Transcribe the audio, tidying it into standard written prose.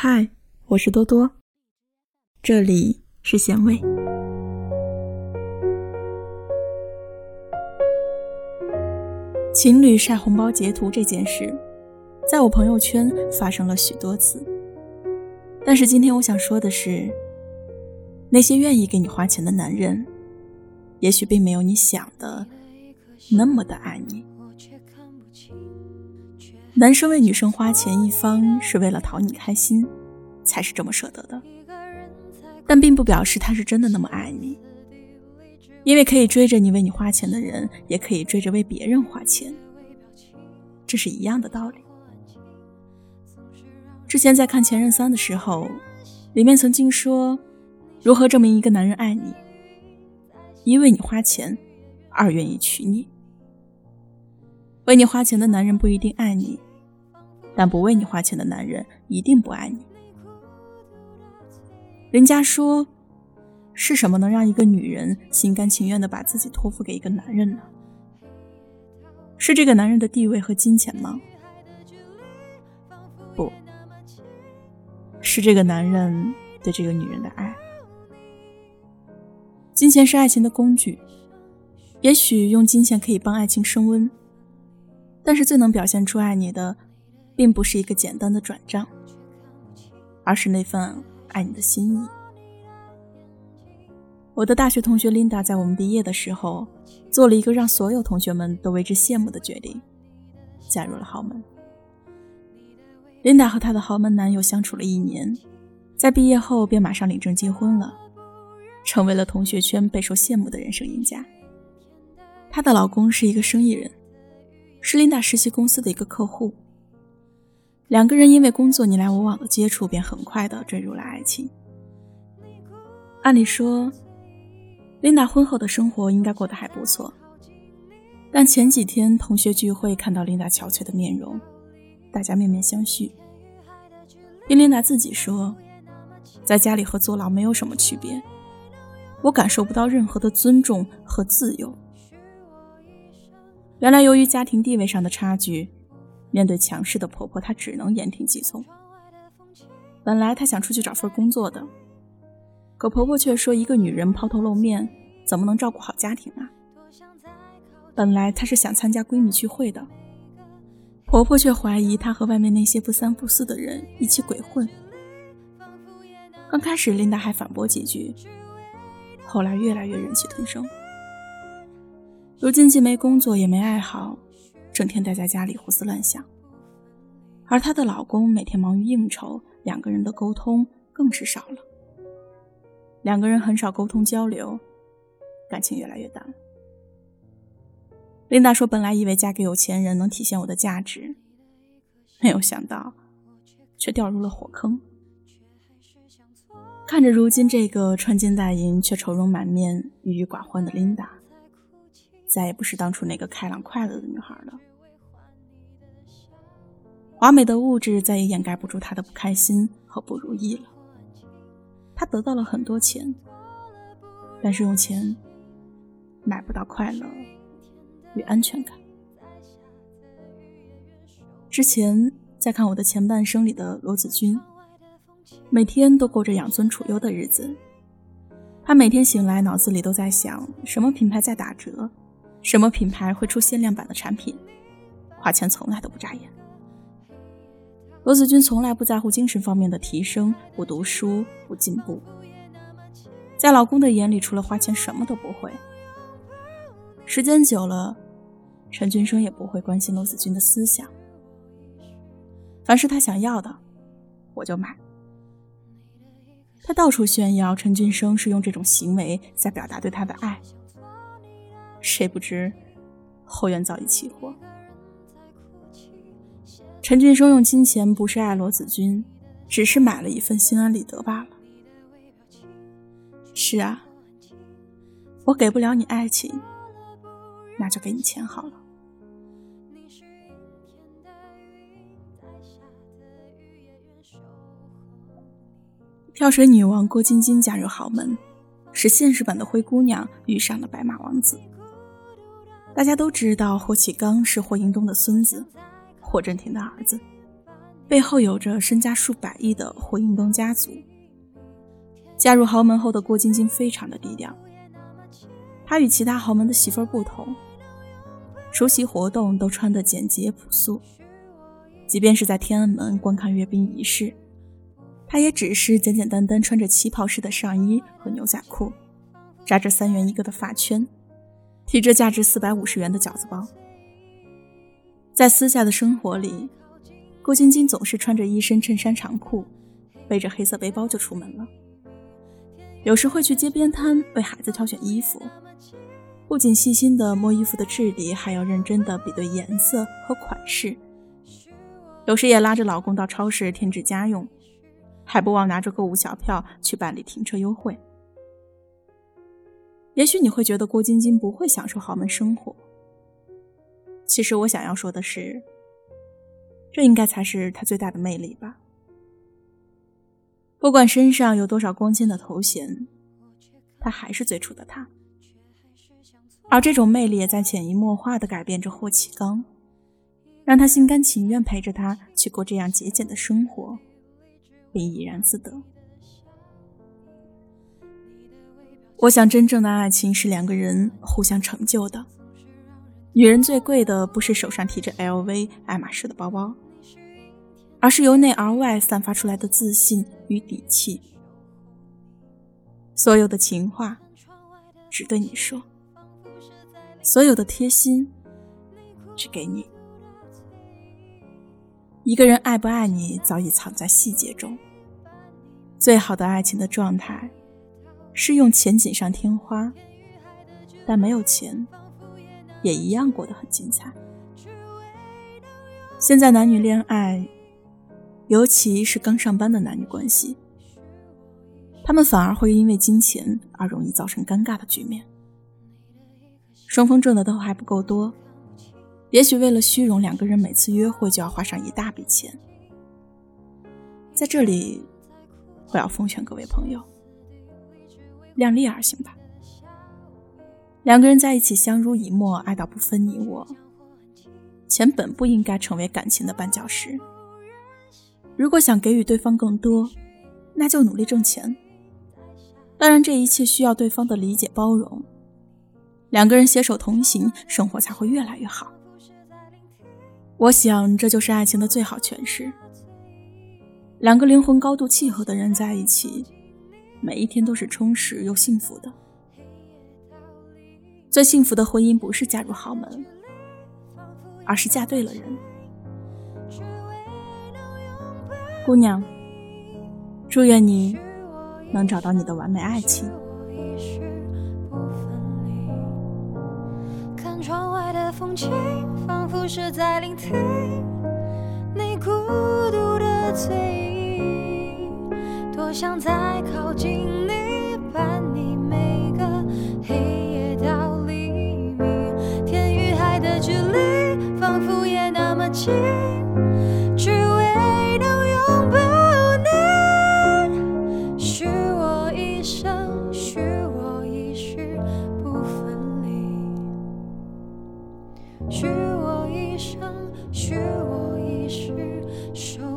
嗨，我是多多，这里是咸味。情侣晒红包截图这件事，在我朋友圈发生了许多次。但是今天我想说的是，那些愿意给你花钱的男人，也许并没有你想的那么的爱你。男生为女生花钱一方是为了讨你开心，才是这么舍得的，但并不表示他是真的那么爱你。因为可以追着你为你花钱的人，也可以追着为别人花钱，这是一样的道理。之前在看《前任3》的时候，里面曾经说，如何证明一个男人爱你：1为你花钱，2愿意娶你。为你花钱的男人不一定爱你，但不为你花钱的男人一定不爱你。人家说，是什么能让一个女人心甘情愿地把自己托付给一个男人呢？是这个男人的地位和金钱吗？不，是这个男人对这个女人的爱。金钱是爱情的工具，也许用金钱可以帮爱情升温，但是最能表现出爱你的，并不是一个简单的转账，而是那份爱你的心意。我的大学同学 Linda 在我们毕业的时候，做了一个让所有同学们都为之羡慕的决定，嫁入了豪门。Linda 和她的豪门男友相处了1年，在毕业后便马上领证结婚了，成为了同学圈备受羡慕的人生赢家。她的老公是一个生意人，是 Linda 实习公司的一个客户。2个人因为工作你来我往的接触，便很快地坠入了爱情。按理说，Linda 婚后的生活应该过得还不错，但前几天同学聚会看到 Linda 憔悴的面容，大家面面相觑。听 Linda 自己说，在家里和坐牢没有什么区别，我感受不到任何的尊重和自由。原来由于家庭地位上的差距，面对强势的婆婆，她只能言听计从。本来她想出去找份工作的，可婆婆却说一个女人抛头露面，怎么能照顾好家庭啊？本来她是想参加闺蜜聚会的，婆婆却怀疑她和外面那些不三不四的人一起鬼混。刚开始琳达还反驳几句，后来越来越忍气吞声。如今既没工作也没爱好，整天待在家里胡思乱想。而她的老公每天忙于应酬，2个人的沟通更是少了。2个人很少沟通交流，感情越来越淡。琳达说，本来以为嫁给有钱人能体现我的价值，没有想到却掉入了火坑。看着如今这个穿金戴银却愁容满面郁郁寡欢的琳达，再也不是当初那个开朗快乐的女孩了。华美的物质再也掩盖不住她的不开心和不如意了。她得到了很多钱，但是用钱买不到快乐与安全感。之前在看我的前半生里的罗子君，每天都过着养尊处优的日子。她每天醒来脑子里都在想，什么品牌在打折，什么品牌会出限量版的产品，花钱从来都不眨眼。罗子君从来不在乎精神方面的提升，不读书，不进步。在老公的眼里，除了花钱什么都不会。时间久了，陈俊生也不会关心罗子君的思想。凡是他想要的，我就买。他到处炫耀陈俊生是用这种行为在表达对他的爱。谁不知后院早已起火。陈俊生用金钱不是爱罗子君，只是买了一份心安理得罢了。是啊，我给不了你爱情，那就给你钱好了。跳水女王郭晶晶嫁入豪门，使现实版的灰姑娘遇上了白马王子。大家都知道霍启刚是霍英东的孙子，霍震霆的儿子， 背后有着身家数百亿的霍英东家族。嫁入豪门后的郭晶晶非常的低调，她与其他豪门的媳妇儿不同，出席活动都穿得简洁朴素，即便是在天安门观看阅兵仪式，她也只是简简单单穿着旗袍式的上衣和牛仔裤，扎着3元1个的发圈，提着价值450元的饺子包。在私下的生活里，郭晶晶总是穿着一身衬衫长裤，背着黑色背包就出门了。有时会去街边摊为孩子挑选衣服，不仅细心地摸衣服的质地，还要认真地比对颜色和款式。有时也拉着老公到超市添置家用，还不忘拿着购物小票去办理停车优惠。也许你会觉得郭晶晶不会享受豪门生活，其实我想要说的是，这应该才是她最大的魅力吧。不管身上有多少光鲜的头衔，她还是最初的她。而这种魅力也在潜移默化地改变着霍启刚，让他心甘情愿陪着她去过这样节俭的生活，并怡然自得。我想真正的爱情是2个人互相成就的。女人最贵的不是手上提着 LV 爱马仕的包包，而是由内而外散发出来的自信与底气。所有的情话只对你说，所有的贴心只给你。一个人爱不爱你早已藏在细节中。最好的爱情的状态是用钱锦上添花，但没有钱也一样过得很精彩。现在男女恋爱，尤其是刚上班的男女关系，他们反而会因为金钱而容易造成尴尬的局面。双方挣的都还不够多，也许为了虚荣，2个人每次约会就要花上一大笔钱。在这里，我要奉劝各位朋友，量力而行吧。2个人在一起相濡以沫，爱到不分你我，钱本不应该成为感情的绊脚石。如果想给予对方更多，那就努力挣钱。当然，这一切需要对方的理解包容。2个人携手同行，生活才会越来越好。我想这就是爱情的最好诠释。2个灵魂高度契合的人在一起，每一天都是充实又幸福的。最幸福的婚姻不是嫁入豪门，而是嫁对了人。姑娘，祝愿你能找到你的完美爱情。 看窗外的风景，仿佛是在聆听你孤独的醉意，多想再靠近你，伴你每个黑夜到黎明，天与海的距离仿佛也那么近，只为能拥抱你，许我一生，许我一世不分离，许我一生，许我一世守